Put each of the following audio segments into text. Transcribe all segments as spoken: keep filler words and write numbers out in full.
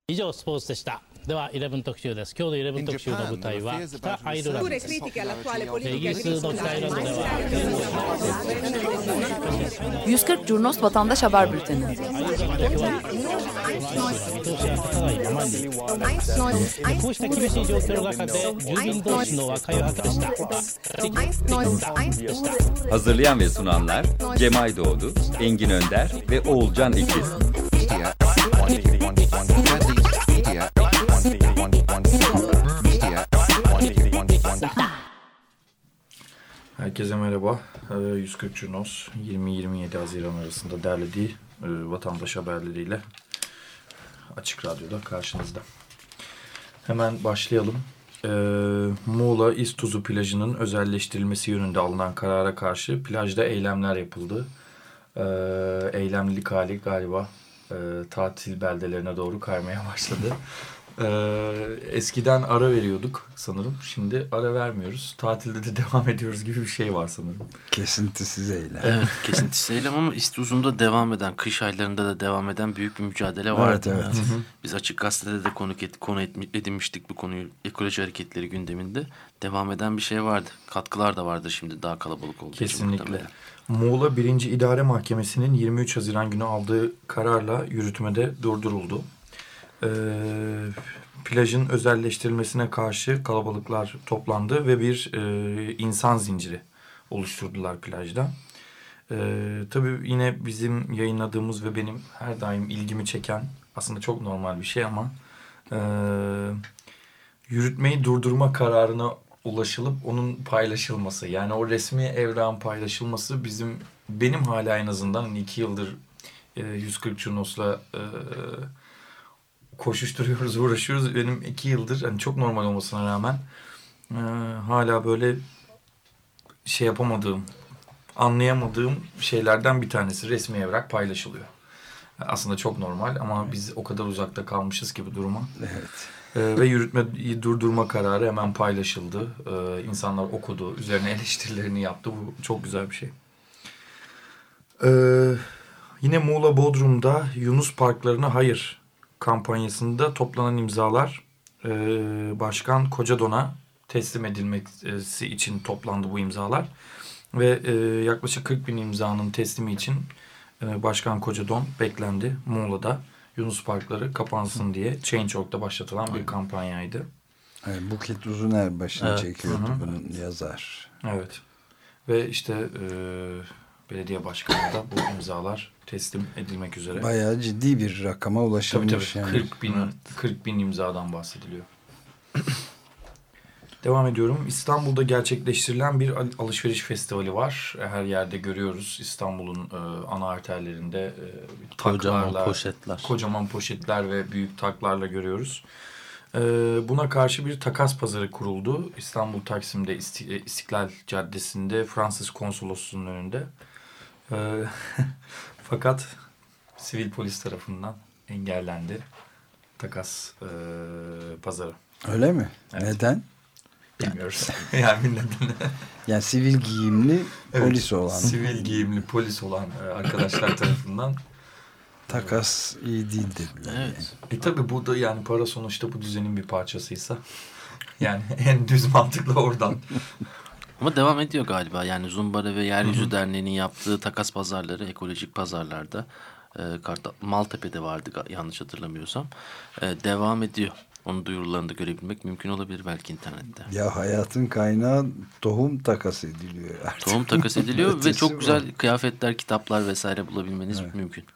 以上スポーツでした。ではじゅう特集です。今日のじゅう特集の舞台は北アイルランドです。イギリスの北アイルランドでは yüz kırk Curnos Vatandaş Haber Bülteni. Hazırlayan ve sunanlar Cemay Doğdu, Engin Önder ve Oğulcan İkiz. Herkese merhaba. yüz kırk Curnos yirmi yirmi yedi Haziran arasında derlediği vatandaş haberleriyle Açık Radyo'da karşınızda. Hemen başlayalım. Ee, Muğla İztuzu plajının özelleştirilmesi yönünde alınan karara karşı plajda eylemler yapıldı. Ee, eylemlilik hali galiba e, tatil beldelerine doğru kaymaya başladı. Ee, eskiden ara veriyorduk sanırım. Şimdi ara vermiyoruz. Tatilde de devam ediyoruz gibi bir şey var sanırım. Kesintisiz eylem. Evet, kesintisiz eylem ama İztuzu'nda devam eden, kış aylarında da devam eden büyük bir mücadele vardı. Evet, evet. Biz Açık Gazete'de de konuk et, konu edinmiştik bu konuyu. Ekoloji hareketleri gündeminde devam eden bir şey vardı. Katkılar da vardır şimdi daha kalabalık olduğu için. Kesinlikle. Muğla birinci İdare Mahkemesi'nin yirmi üç Haziran günü aldığı kararla yürütmede durduruldu. Ee, plajın özelleştirilmesine karşı kalabalıklar toplandı ve bir e, insan zinciri oluşturdular plajda. Ee, tabii yine bizim yayınladığımız ve benim her daim ilgimi çeken, aslında çok normal bir şey ama e, yürütmeyi durdurma kararına ulaşılıp onun paylaşılması, yani o resmi evrağın paylaşılması bizim benim hala en azından iki yıldır e, yüz kırk Curnos'la e, koşuşturuyoruz, uğraşıyoruz. Benim iki yıldır hani çok normal olmasına rağmen e, hala böyle şey yapamadığım, anlayamadığım şeylerden bir tanesi resmi evrak paylaşılıyor. Aslında çok normal ama biz o kadar uzakta kalmışız ki bu duruma. Evet. E, ve yürütmeyi durdurma kararı hemen paylaşıldı. E, insanlar okudu, üzerine eleştirilerini yaptı. Bu çok güzel bir şey. E, yine Muğla Bodrum'da Yunus parklarına hayır kampanyasında toplanan imzalar e, Başkan Kocadon'a teslim edilmesi için toplandı bu imzalar. Ve e, yaklaşık kırk bin imzanın teslimi için e, Başkan Kocadon beklendi. Muğla'da Yunus parkları kapansın diye Change nokta org'da başlatılan bir kampanyaydı. Evet, Buket Uzuner başını evet. çekiyordu Hı-hı. bunun yazar. Evet. Ve işte e, belediye başkanı da bu imzalar teslim edilmek üzere. Bayağı ciddi bir rakama ulaşılmış. Tabii tabii. Yani. kırk bin, kırk bin imzadan bahsediliyor. Devam ediyorum. İstanbul'da gerçekleştirilen bir alışveriş festivali var. Her yerde görüyoruz. İstanbul'un e, ana arterlerinde e, kocaman taklarla, poşetler. kocaman poşetler ve büyük taklarla görüyoruz. E, buna karşı bir takas pazarı kuruldu. İstanbul Taksim'de İstiklal Caddesi'nde Fransız Konsolosluğu'nun önünde. E, fakat sivil polis tarafından engellendi takas e, pazarı. Öyle mi? Evet. Neden? Bilmiyoruz. yani neden? Yani sivil giyimli evet, polis olan. Sivil giyimli polis olan arkadaşlar tarafından. Takas iyi değil dediler. Evet. Yani. E tabi bu da yani para sonuçta bu düzenin bir parçasıysa. Yani en düz mantıklı oradan. Ama devam ediyor galiba. Yani Zumbara ve Yeryüzü Derneği'nin yaptığı takas pazarları, ekolojik pazarlarda e, Kartal, Maltepe'de vardı yanlış hatırlamıyorsam. E, devam ediyor. Onun duyurularını da görebilmek mümkün olabilir belki internette. Ya hayatın kaynağı tohum takas ediliyor artık. Tohum takas ediliyor ve çok güzel kıyafetler, kitaplar vesaire bulabilmeniz evet. mümkün.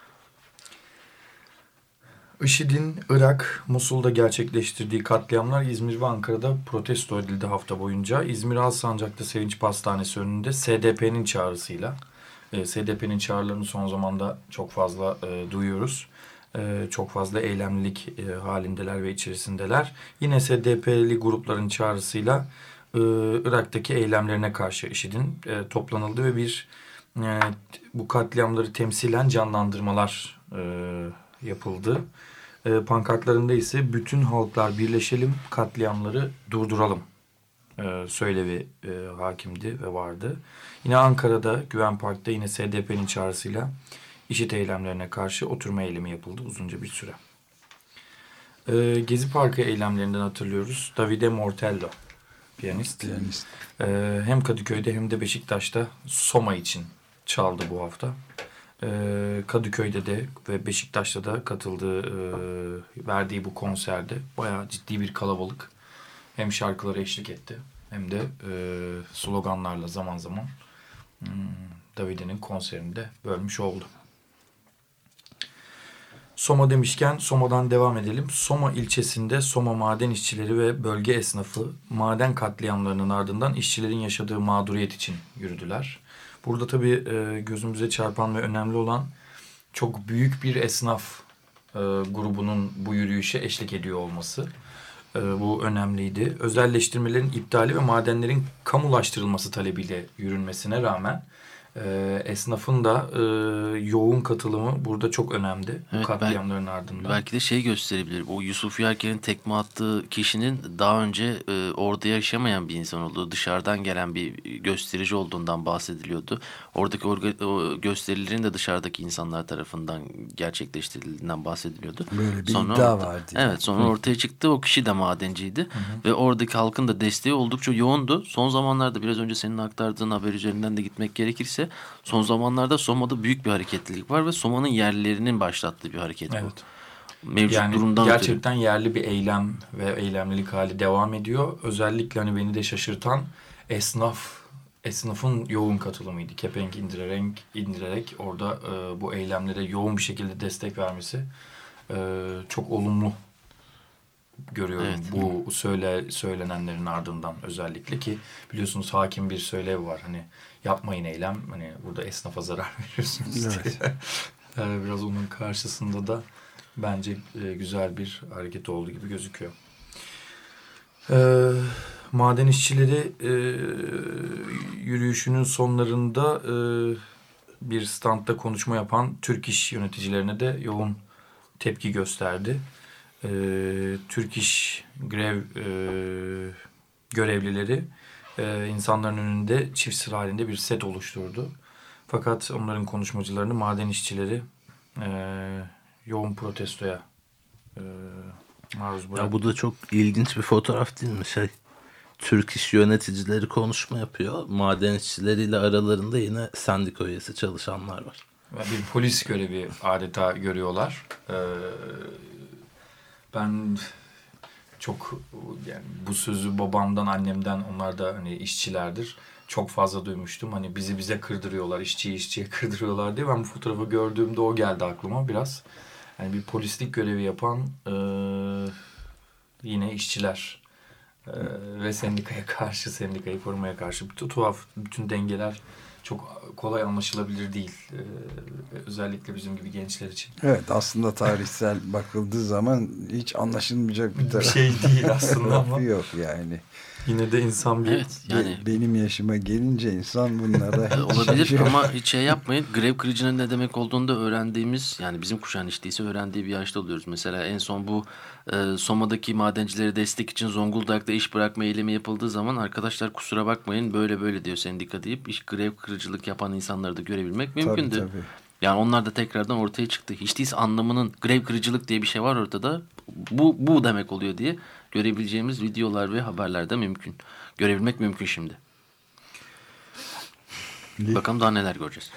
IŞİD'in Irak, Musul'da gerçekleştirdiği katliamlar İzmir ve Ankara'da protesto edildi hafta boyunca. İzmir Alsancak'ta Sevinç Pastanesi önünde S D P'nin çağrısıyla. E, S D P'nin çağrılarını son zamanda çok fazla e, duyuyoruz. Ee, çok fazla eylemlilik e, halindeler ve içerisindeler. Yine S D P'li grupların çağrısıyla e, Irak'taki eylemlerine karşı IŞİD'in e, toplanıldı ve bir e, bu katliamları temsilen canlandırmalar e, yapıldı. E, pankartlarında ise bütün halklar birleşelim, katliamları durduralım e, söylevi e, hakimdi ve vardı. Yine Ankara'da Güven Park'ta yine S D P'nin çağrısıyla IŞİD eylemlerine karşı oturma eylemi yapıldı uzunca bir süre. Ee, Gezi Parkı eylemlerinden hatırlıyoruz. Davide Mortello, piyanist. Piyanist. Ee, hem Kadıköy'de hem de Beşiktaş'ta Soma için çaldı bu hafta. Ee, Kadıköy'de de ve Beşiktaş'ta da katıldığı, e, verdiği bu konserde bayağı ciddi bir kalabalık. Hem şarkılara eşlik etti hem de e, sloganlarla zaman zaman hmm, Davide'nin konserini de bölmüş oldu. Soma demişken Soma'dan devam edelim. Soma ilçesinde Soma maden işçileri ve bölge esnafı maden katliamlarının ardından işçilerin yaşadığı mağduriyet için yürüdüler. Burada tabii e, gözümüze çarpan ve önemli olan çok büyük bir esnaf e, grubunun bu yürüyüşe eşlik ediyor olması. E, bu önemliydi. Özelleştirmelerin iptali ve madenlerin kamulaştırılması talebiyle yürünmesine rağmen e, esnafın da e, yoğun katılımı burada çok önemli. Evet, bu katliamların ben, ardından. Belki de şey gösterebilir. O Yusuf Yarker'in tekme attığı kişinin daha önce e, orada yaşamayan bir insan olduğu, dışarıdan gelen bir gösterici olduğundan bahsediliyordu. Oradaki orga, o gösterilerin de dışarıdaki insanlar tarafından gerçekleştirildiğinden bahsediliyordu. Böyle bir sonra iddia orta, vardı. Evet, sonra Hı. ortaya çıktı. O kişi de madenciydi. Hı hı. Ve oradaki halkın da desteği oldukça yoğundu. Son zamanlarda biraz önce senin aktardığın haber üzerinden de gitmek gerekirse son zamanlarda Soma'da büyük bir hareketlilik var ve Soma'nın yerlilerinin başlattığı bir hareket evet. bu. Mevcut yani durumdan gerçekten ötürü. yerli bir eylem ve eylemlilik hali devam ediyor. Özellikle hani beni de şaşırtan esnaf esnafın yoğun katılımıydı. Kepenk indirerek indirerek orada e, bu eylemlere yoğun bir şekilde destek vermesi e, çok olumlu görüyorum. Evet. Bu söyle söylenenlerin ardından özellikle ki biliyorsunuz hakim bir söylevi var. Hani yapmayın eylem. Hani burada esnafa zarar veriyorsunuz evet. diye. Yani biraz onun karşısında da bence e, güzel bir hareket olduğu gibi gözüküyor. Ee, maden işçileri e, yürüyüşünün sonlarında e, bir standta konuşma yapan Türk İş yöneticilerine de yoğun tepki gösterdi. E, Türk İş grev e, görevlileri e, insanların önünde çift sıra halinde bir set oluşturdu. Fakat onların konuşmacılarını maden işçileri e, yoğun protestoya e, maruz bıraktı. Ya bu da çok ilginç bir fotoğraf değil mi? Şey, Türk İş yöneticileri konuşma yapıyor. Maden işçileriyle aralarında yine sendika üyesi çalışanlar var. Bir polis görevi adeta görüyorlar. Ee, ben çok yani bu sözü babamdan, annemden, onlar da hani işçilerdir. Çok fazla duymuştum. Hani bizi bize kırdırıyorlar, işçiyi işçiye kırdırıyorlar diye. Ben bu fotoğrafı gördüğümde o geldi aklıma biraz. Yani bir polislik görevi yapan e, yine işçiler e, ve sendikaya karşı, sendikayı korumaya karşı bütün tuhaf, bütün dengeler çok kolay anlaşılabilir değil. Ee, özellikle bizim gibi gençler için. Evet, aslında tarihsel bakıldığı zaman hiç anlaşılmayacak bir taraf. Bir şey değil aslında ama. Yok yani. Yine de insan bir... Evet, yani benim yaşıma gelince insan bunlara hiç olabilir şey ama hiç şey yapmayın. Grev kırıcının ne demek olduğunu da öğrendiğimiz, yani bizim kuşağın hiç değilse öğrendiği bir yaşta oluyoruz. Mesela en son bu e, Soma'daki madencilere destek için Zonguldak'ta iş bırakma eylemi yapıldığı zaman arkadaşlar kusura bakmayın böyle böyle diyor sendika deyip iş grev kırıcılık yapan insanları da görebilmek mümkündü. Tabii, tabii. Yani onlar da tekrardan ortaya çıktı. Hiç değilse anlamının grev kırıcılık diye bir şey var ortada. Bu, bu demek oluyor diye görebileceğimiz videolar ve haberlerde mümkün. Görebilmek mümkün şimdi. Bakalım daha neler göreceğiz.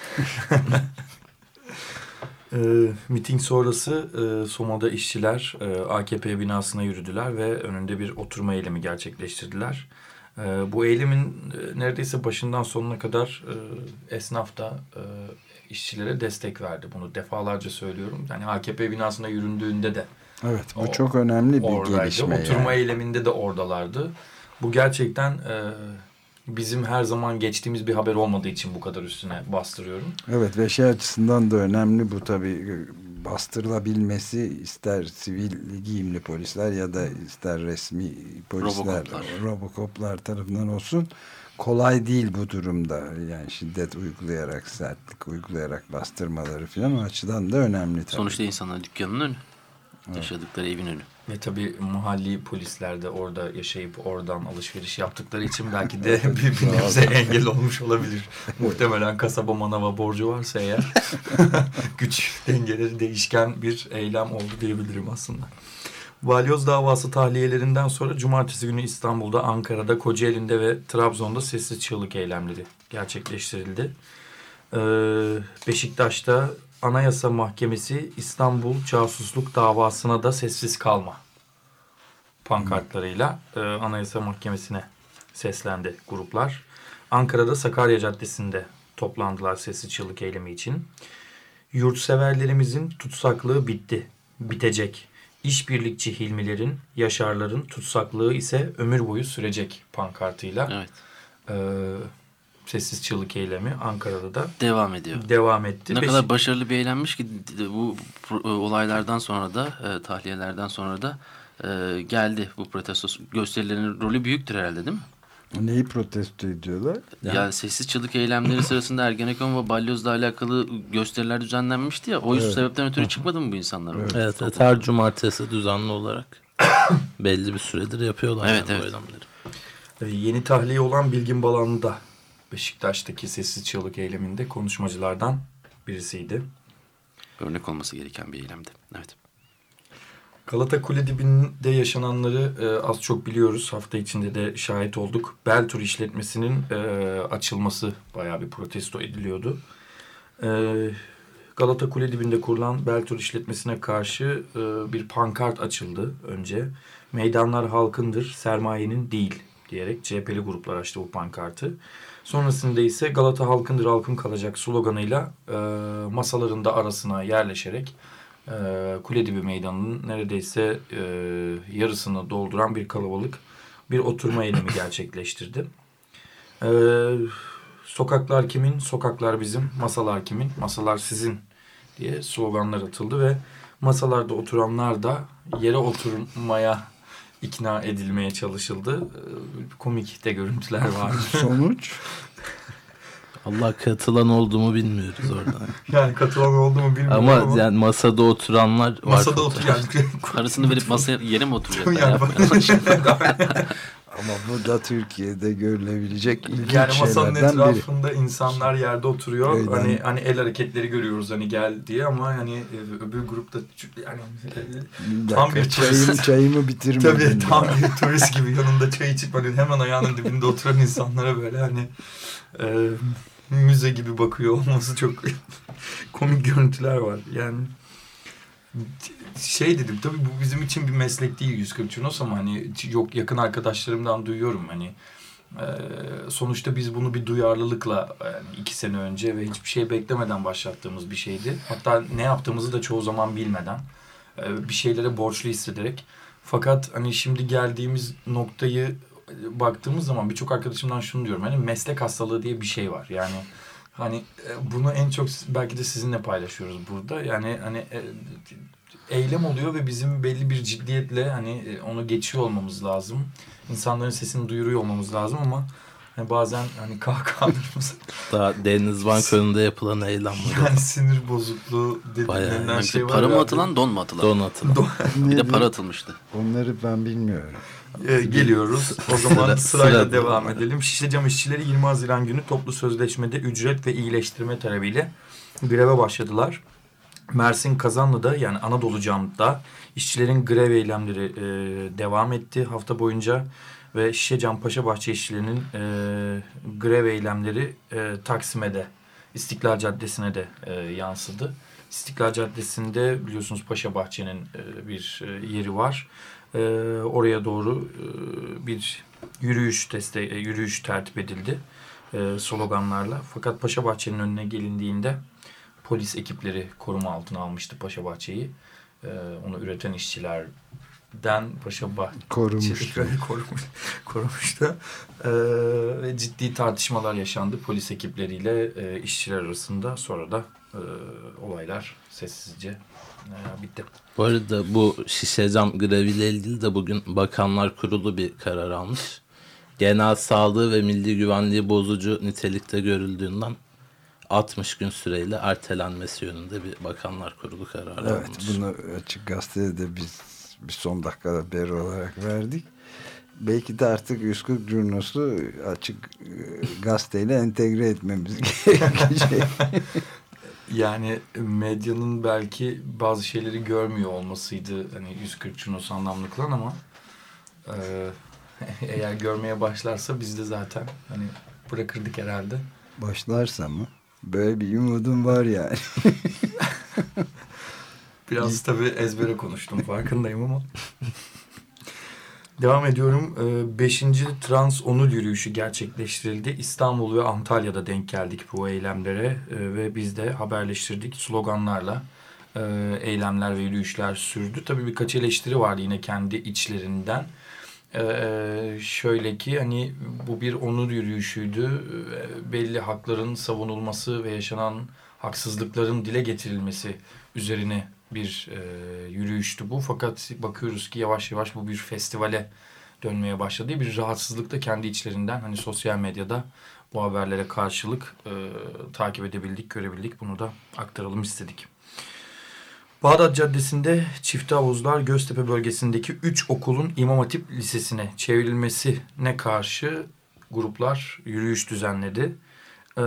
e, miting sonrası e, Soma'da işçiler e, A K P binasına yürüdüler ve önünde bir oturma eylemi gerçekleştirdiler. E, bu eylemin e, neredeyse başından sonuna kadar e, esnaf da e, işçilere destek verdi. Bunu defalarca söylüyorum. Yani A K P binasına yüründüğünde de evet, bu o, çok önemli bir oradaydı. gelişme. Oturma yani. eyleminde de oradalardı. Bu gerçekten e, bizim her zaman geçtiğimiz bir haber olmadığı için bu kadar üstüne bastırıyorum. Evet ve şey açısından da önemli bu tabii, bastırılabilmesi, ister sivil giyimli polisler ya da ister resmi polisler, Robocoplar, Robocoplar tarafından olsun. Kolay değil bu durumda. Yani şiddet uygulayarak, sertlik uygulayarak bastırmaları falan o açıdan da önemli tabii. Sonuçta insanlar dükkanın önü. Evet. Yaşadıkları evin önü. Ve tabii mahalli polisler de orada yaşayıp oradan alışveriş yaptıkları için belki de bir, bir nebze engel olmuş olabilir. Muhtemelen kasaba manava borcu varsa eğer güç dengeleri değişken bir eylem oldu diyebilirim aslında. Balyoz davası tahliyelerinden sonra cumartesi günü İstanbul'da, Ankara'da, Kocaeli'nde ve Trabzon'da sessiz çığlık eylemleri gerçekleştirildi. Ee, Beşiktaş'ta Anayasa Mahkemesi İstanbul casusluk davasına da sessiz kalma pankartlarıyla e, Anayasa Mahkemesi'ne seslendi gruplar. Ankara'da Sakarya Caddesi'nde toplandılar sessiz çığlık eylemi için. Yurtseverlerimizin tutsaklığı bitti, bitecek. İşbirlikçi Hilmilerin, Yaşarların tutsaklığı ise ömür boyu sürecek pankartıyla. Evet. E, sessiz çığlık eylemi Ankara'da da devam ediyor. Devam etti. Ne Beş... kadar başarılı bir eylemmiş ki bu olaylardan sonra da, e, tahliyelerden sonra da e, geldi bu protesto gösterilerinin rolü büyüktür herhalde, değil mi? Neyi protesto ediyorlar? Ya yani sessiz çığlık eylemleri sırasında Ergenekon ve Balyoz'la alakalı gösteriler düzenlenmişti ya. O yüzden evet. sebepten ötürü çıkmadı mı bu insanlar? Evet, evet, evet her cumartesi düzenli olarak belli bir süredir yapıyorlar. Evet, yani evet. Bu eylemleri. Yeni tahliye olan Bilgin Balanlı da Beşiktaş'taki sessiz çığlık eyleminde konuşmacılardan birisiydi. Örnek olması gereken bir eylemdi. Evet. Galata Kule dibinde yaşananları e, az çok biliyoruz. Hafta içinde de şahit olduk. Beltur işletmesinin e, açılması bayağı bir protesto ediliyordu. E, Galata Kule dibinde kurulan Beltur işletmesine karşı e, bir pankart açıldı önce. Meydanlar halkındır, sermayenin değil diyerek C H P'li gruplar açtı bu pankartı. Sonrasında ise Galata halkındır, halkın kalacak sloganıyla e, masalarında arasına yerleşerek e, Kuledibi Meydanı'nın neredeyse e, yarısını dolduran bir kalabalık bir oturma eylemi gerçekleştirdi. E, sokaklar kimin, sokaklar bizim, masalar kimin, masalar sizin diye sloganlar atıldı ve masalarda oturanlar da yere oturmaya ikna edilmeye çalışıldı. Komik de görüntüler var. Sonuç? Allah katılan oldu mu bilmiyoruz orada. Yani katılan oldu mu bilmiyorum ama. Ama yani masada oturanlar var. Masada oturan. Parasını verip masaya yere mi oturacaklar? Yani ama bu da Türkiye'de görülebilecek ilginç yani masanın etrafında biri. insanlar yerde oturuyor. Öyle hani hani el hareketleri görüyoruz hani gel diye ama hani öbür grupta yani bir tam bir çayımı, çayımı bitirmedim. Tabii tam bir turist gibi yanında çay içip hani hemen ayağının dibinde oturan insanlara böyle hani e, müze gibi bakıyor olması çok komik görüntüler var. Yani şey dedim tabii bu bizim için bir meslek değil yüz kırk Junos ama hani yok yakın arkadaşlarımdan duyuyorum hani e, sonuçta biz bunu bir duyarlılıkla yani iki sene önce ve hiçbir şey beklemeden başlattığımız bir şeydi. Hatta ne yaptığımızı da çoğu zaman bilmeden e, bir şeylere borçlu hissederek fakat hani şimdi geldiğimiz noktayı baktığımız zaman birçok arkadaşımdan şunu diyorum hani meslek hastalığı diye bir şey var yani. Hani bunu en çok belki de sizinle paylaşıyoruz burada. Yani hani eylem oluyor ve bizim belli bir ciddiyetle hani onu geçiyor olmamız lazım. İnsanların sesini duyuruyor olmamız lazım ama hani bazen hani kahkahalarımız... Daha Denizbank önünde yapılan eylem var. Yani sinir bozukluğu dediğinden şey var. Para mı atılan, don mu atılan? Don atılan. Don. Bir de para atılmıştı. Onları ben bilmiyorum. Ee, geliyoruz. O zaman sırayla devam edelim. Şişli Cam İşçileri yirmi Haziran günü toplu sözleşmede ücret ve iyileştirme talebiyle greve başladılar. Mersin Kazanlı'da yani Anadolu Cam'da işçilerin grev eylemleri e, devam etti hafta boyunca ve Şişli Cam Paşabahçe işçilerinin e, grev eylemleri e, Taksim'e de İstiklal Caddesi'ne de e, yansıdı. İstiklal Caddesi'nde biliyorsunuz Paşabahçe'nin e, bir e, yeri var. Ee, oraya doğru e, bir yürüyüş teste, e, yürüyüş tertip edildi e, sloganlarla. Fakat Paşabahçe'nin önüne gelindiğinde polis ekipleri koruma altına almıştı Paşabahçe'yi. E, onu üreten işçilerden Paşabahçe'yi korumuştu. korumuş, korumuştu. E, ve ciddi tartışmalar yaşandı polis ekipleriyle e, işçiler arasında. Sonra da e, olaylar sessizce bitti. Bu arada bu şişe cam greviyle ilgili de bugün Bakanlar Kurulu bir karar almış. Genel sağlığı ve milli güvenliği bozucu nitelikte görüldüğünden altmış gün süreyle ertelenmesi yönünde bir Bakanlar Kurulu kararı evet, almış. Bunu Açık Gazete'de de biz bir son dakika haberi olarak verdik. Belki de artık yüz kırk Junos'u Açık Gazete'yle entegre etmemiz gerekecek. Yani medyanın belki bazı şeyleri görmüyor olmasıydı hani yüz kırk Junos anlamlı ama e, eğer görmeye başlarsa biz de zaten hani bırakırdık herhalde. Başlarsa mı? Böyle bir umudum var yani. Biraz tabii ezbere konuştum farkındayım ama. Devam ediyorum. Beşinci Trans Onur Yürüyüşü gerçekleştirildi. İstanbul ve Antalya'da denk geldik bu eylemlere ve biz de haberleştirdik. Sloganlarla eylemler ve yürüyüşler sürdü. Tabii birkaç eleştiri vardı yine kendi içlerinden. Ee, şöyle ki hani bu bir onur yürüyüşüydü. Belli hakların savunulması ve yaşanan haksızlıkların dile getirilmesi üzerine bir e, yürüyüştü bu. Fakat bakıyoruz ki yavaş yavaş bu bir festivale dönmeye başladı. Bir rahatsızlık da kendi içlerinden hani sosyal medyada bu haberlere karşılık e, takip edebildik, görebildik. Bunu da aktaralım istedik. Bağdat Caddesi'nde Çifte Havuzlar Göztepe bölgesindeki üç okulun İmam Hatip Lisesi'ne çevrilmesine karşı gruplar yürüyüş düzenledi. Ee,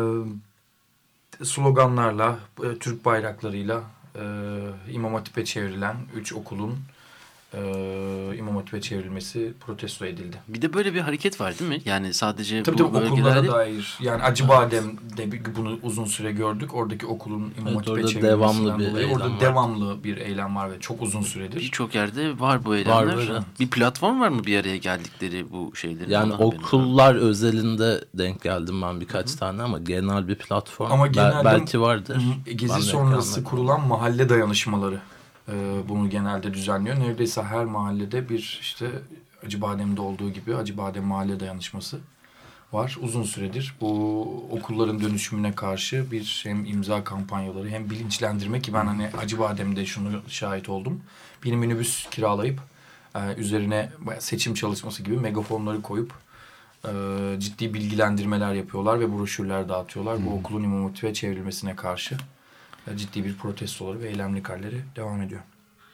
sloganlarla, e, Türk bayraklarıyla e, İmam Hatip'e çevrilen üç okulun e, İmam Hatip'e çevrilmesi protesto edildi. Bir de böyle bir hareket var değil mi? Yani sadece tabii bu tabii okullara bölgelerde... dair. Yani Acıbadem'de bunu uzun süre gördük. Oradaki okulun İmam evet, Hatip'e çevrilmesinden dolayı. Orada var. devamlı bir eylem var ve çok uzun süredir. Birçok yerde var bu eylemler. Var, var. Bir platform var mı bir araya geldikleri bu şeylerin? Yani okullar özelinde denk geldim ben birkaç Hı-hı. tane ama genel bir platform ama genelde, belki vardır. Gezi sonrası kurulan mahalle dayanışmaları bunu genelde düzenliyor. Neredeyse her mahallede bir işte Acıbadem'de olduğu gibi Acıbadem Mahalle Dayanışması var. Uzun süredir bu okulların dönüşümüne karşı bir hem imza kampanyaları hem bilinçlendirme ki ben hani Acıbadem'de şunu şahit oldum. Bir minibüs kiralayıp üzerine seçim çalışması gibi megafonları koyup ciddi bilgilendirmeler yapıyorlar ve broşürler dağıtıyorlar. Hmm. Bu okulun İmam Hatip'e çevrilmesine karşı ciddi bir protestoları ve eylemlik halleri devam ediyor.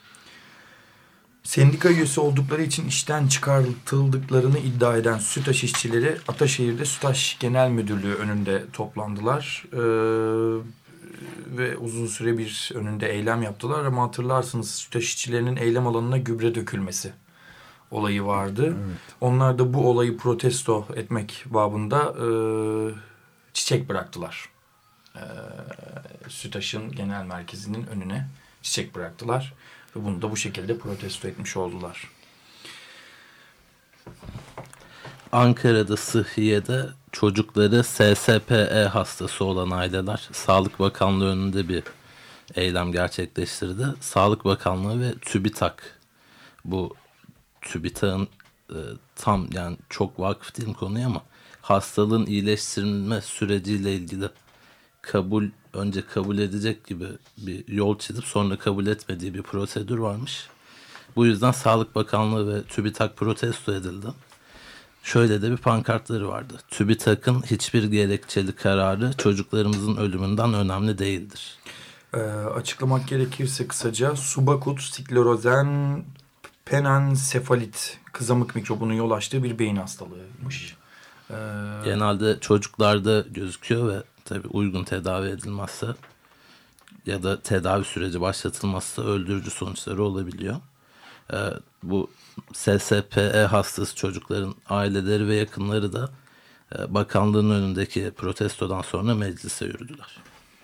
Sendika üyesi oldukları için işten çıkartıldıklarını iddia eden SÜTAŞ işçileri Ataşehir'de SÜTAŞ Genel Müdürlüğü önünde toplandılar. Ee, ve uzun süre bir önünde eylem yaptılar ama hatırlarsınız SÜTAŞ işçilerinin eylem alanına gübre dökülmesi olayı vardı. Evet. Onlar da bu olayı protesto etmek babında e, çiçek bıraktılar. E, SÜTAŞ'ın genel merkezinin önüne çiçek bıraktılar. Ve bunu da bu şekilde protesto etmiş oldular. Ankara'da Sıhhiye'de çocukları S S P E hastası olan aileler Sağlık Bakanlığı önünde bir eylem gerçekleştirdi. Sağlık Bakanlığı ve TÜBİTAK, bu TÜBİTAK'ın e, tam yani çok vakıf değilim konuya ama hastalığın iyileştirilme süreciyle ilgili kabul önce kabul edecek gibi bir yol çizip sonra kabul etmediği bir prosedür varmış. Bu yüzden Sağlık Bakanlığı ve TÜBİTAK protesto edildi. Şöyle de bir pankartları vardı. TÜBİTAK'ın hiçbir gerekçeli kararı çocuklarımızın ölümünden önemli değildir. Ee, açıklamak gerekirse kısaca subakut sklerozen penensefalit kızamık mikrobunun yol açtığı bir beyin hastalığıymış. Ee... Genelde çocuklarda gözüküyor ve tabii uygun tedavi edilmezse ya da tedavi süreci başlatılmazsa öldürücü sonuçları olabiliyor. Ee, bu S S P E hastası çocukların aileleri ve yakınları da e, bakanlığın önündeki protestodan sonra meclise yürüdüler.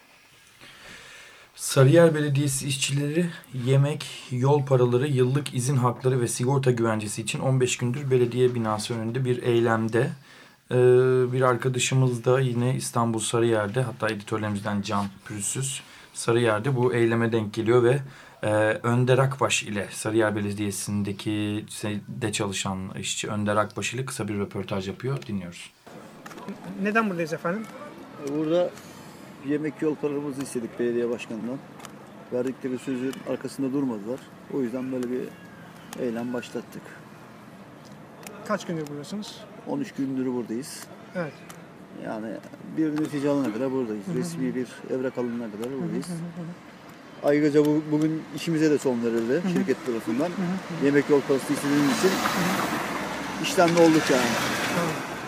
Sarıyer Belediyesi işçileri yemek, yol paraları, yıllık izin hakları ve sigorta güvencesi için on beş gündür belediye binası önünde bir eylemde. Ee, bir arkadaşımız da yine İstanbul Sarıyer'de, hatta editörlerimizden Can Pürüzsüz Sarıyer'de bu eyleme denk geliyor ve e, Önder Akbaş ile Sarıyer Belediyesi'ndeki de çalışan işçi Önder Akbaş ile kısa bir röportaj yapıyor. Dinliyoruz. Neden buradayız efendim? Burada yemek yol paralarımızı istedik belediye başkanından. Verdikleri sözün arkasında durmadılar. O yüzden böyle bir eylem başlattık. Kaç gündür buradasınız? on üç gündür buradayız. Evet. Yani bir netice alana kadar buradayız. Hı hı. Resmi bir evrak alınana kadar buradayız. Hı hı hı. Ayrıca bu, bugün işimize de son verildi hı hı. şirket tarafından. Hı hı hı. Yemek yol parası istediğimiz için hı hı. işlemde olduk yani. Tamam.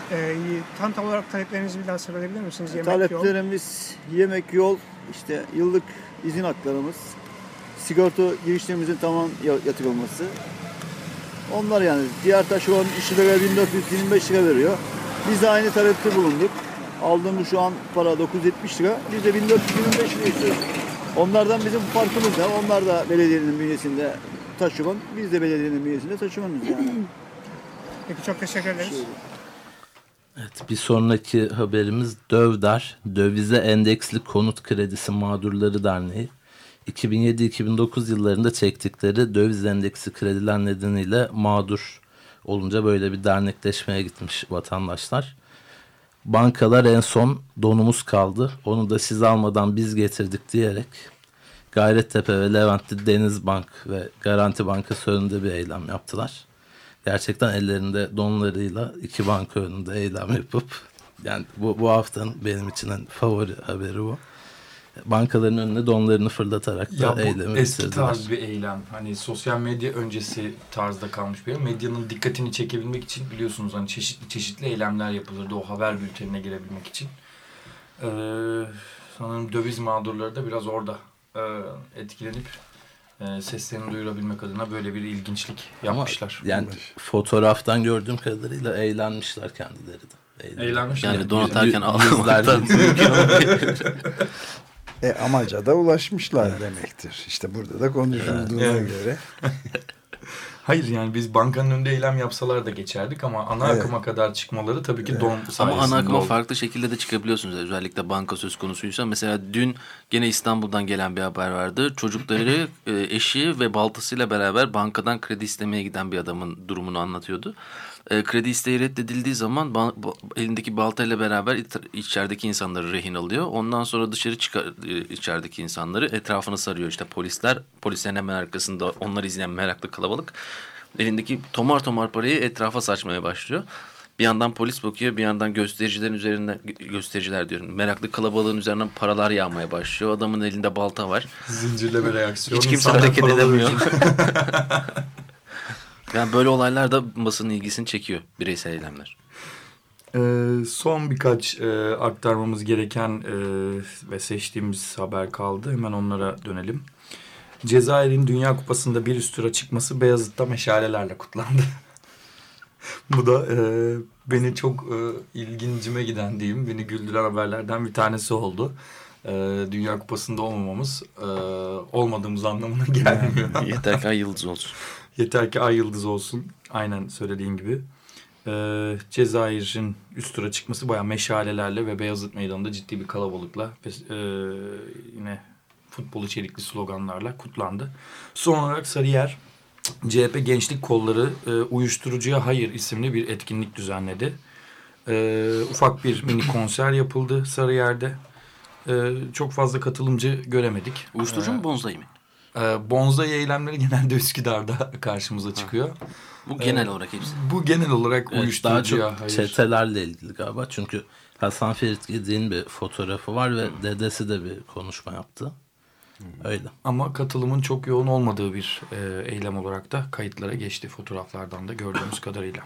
Ee, tam tam olarak taleplerinizi bir daha sıralayabilir misiniz? Yemek, Taleplerimiz yol. yemek, yol, işte yıllık izin haklarımız, sigorta girişlerimizin tamam yatırılması. Onlar yani. Diğer taşeron işçilere bin dört yüz yirmi beş lira veriyor. Biz de aynı talepte bulunduk. Aldığımız şu an para dokuz yüz yetmiş lira. Biz de bin dört yüz yirmi beş lira istiyoruz. Onlardan bizim farkımız da. Onlar da belediyenin bünyesinde taşeron. Biz de belediyenin bünyesinde taşeronuz yani. Peki çok teşekkür ederiz. Şöyle. Evet, bir sonraki haberimiz Dövdar, Dövize Endeksli Konut Kredisi Mağdurları Derneği. iki bin yedi iki bin dokuz yıllarında çektikleri döviz endeksi krediler nedeniyle mağdur olunca böyle bir dernekleşmeye gitmiş vatandaşlar. Bankalar en son donumuz kaldı, onu da siz almadan biz getirdik diyerek Gayrettepe ve Leventli Denizbank ve Garanti Bankası önünde bir eylem yaptılar. Gerçekten ellerinde donlarıyla iki banka önünde eylem yapıp, yani bu, bu haftanın benim için en favori haberi bu. Bankaların önüne donlarını fırlatarak da eylemi bitirdiler. Eski tarz bir eylem. Hani sosyal medya öncesi tarzda kalmış bir eylem. Medyanın dikkatini çekebilmek için biliyorsunuz hani çeşitli çeşitli eylemler yapılırdı o haber bültenine girebilmek için. Ee, sanırım döviz mağdurları da biraz orada e, etkilenip e, seslerini duyurabilmek adına böyle bir ilginçlik yapmışlar. Ama yani fotoğraftan gördüğüm kadarıyla eğlenmişler kendileri de. Eğlenmişler. Yani donatarken ağlamaktan mümkün olmuyor. E, amaca da ulaşmışlar evet. Demektir. İşte burada da konuşulduğuna evet. göre. Hayır yani biz bankanın önünde eylem yapsalar da geçerdik ama ana evet. akıma kadar çıkmaları tabii ki evet. don sayesinde ama ana akıma oldu. Farklı şekilde de çıkabiliyorsunuz. Özellikle banka söz konusuysa. Mesela dün gene İstanbul'dan gelen bir haber vardı. Çocukları, eşi ve baltasıyla beraber bankadan kredi istemeye giden bir adamın durumunu anlatıyordu. E, kredi isteği reddedildiği zaman ba- ba- elindeki baltayla beraber it- içerideki insanları rehin alıyor. Ondan sonra dışarı çıkar e, içerideki insanları etrafını sarıyor. İşte polisler, polislerin hemen arkasında onları izleyen meraklı kalabalık elindeki tomar tomar parayı etrafa saçmaya başlıyor. Bir yandan polis bakıyor, bir yandan göstericilerin üzerinden, göstericiler diyorum, meraklı kalabalığın üzerinden paralar yağmaya başlıyor. Adamın elinde balta var. Zincirleme reaksiyon. Hiç kimse hareket edemiyor. Yani böyle olaylar da basının ilgisini çekiyor, bireysel eylemler. Ee, son birkaç e, aktarmamız gereken e, ve seçtiğimiz haber kaldı. Hemen onlara dönelim. Cezayir'in Dünya Kupası'nda bir üst tura çıkması Beyazıt'ta meşalelerle kutlandı. Bu da e, beni çok e, ilgincime giden diyeyim, beni güldüren haberlerden bir tanesi oldu. E, Dünya Kupası'nda olmamamız e, olmadığımız anlamına gelmiyor. Yeter ki ay yıldız olsun. Yeter ki ay yıldız olsun. Aynen söylediğin gibi. Ee, Cezayir'in üst tura çıkması bayağı meşalelerle ve Beyazıt Meydanı'nda ciddi bir kalabalıkla ve e, yine futbol içerikli sloganlarla kutlandı. Son olarak Sarıyer C H P Gençlik Kolları e, Uyuşturucuya Hayır isimli bir etkinlik düzenledi. E, ufak bir mini konser yapıldı Sarıyer'de. E, çok fazla katılımcı göremedik. Uyuşturucu e, mu bonzai mi? Bonzai eylemleri genelde Üsküdar'da karşımıza çıkıyor. Ha. Bu genel olarak hepsi. Bu genel olarak evet, uyuşturucuya daha çok çetelerle ilgili galiba. Çünkü Hasan Ferit Gedi'nin bir fotoğrafı var ve hmm. dedesi de bir konuşma yaptı. Hmm. Öyle. Ama katılımın çok yoğun olmadığı bir e, eylem olarak da kayıtlara geçti fotoğraflardan da gördüğümüz kadarıyla.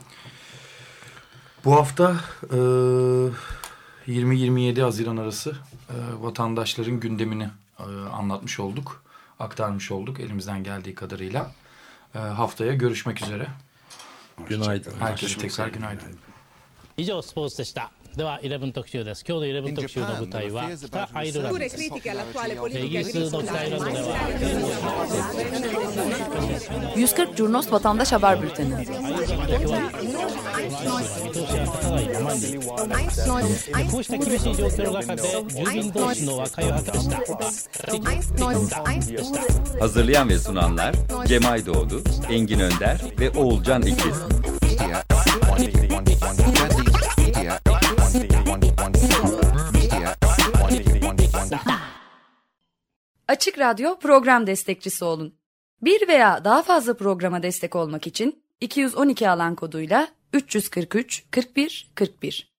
Bu hafta e, yirmi yirmi yedi Haziran arası e, vatandaşların gündemini e, anlatmış olduk. Aktarmış olduk elimizden geldiği kadarıyla. E, haftaya görüşmek üzere. Günaydın. Herkese tekrar günaydın. 以上スポーツでした。ではじゅういち特集です。今日のじゅういち特集の舞台は北アイルランドです。イギリスの北アイルランドでは yüz kırk Curnos Vatandaş Haber Bülteni. Hazırlayan ve sunanlar Cemay Doğdu, Engin Önder ve Oğulcan İkiz. Açık Radyo program destekçisi olun. Bir veya daha fazla programa destek olmak için iki yüz on iki alan koduyla üç yüz kırk üç kırk bir kırk bir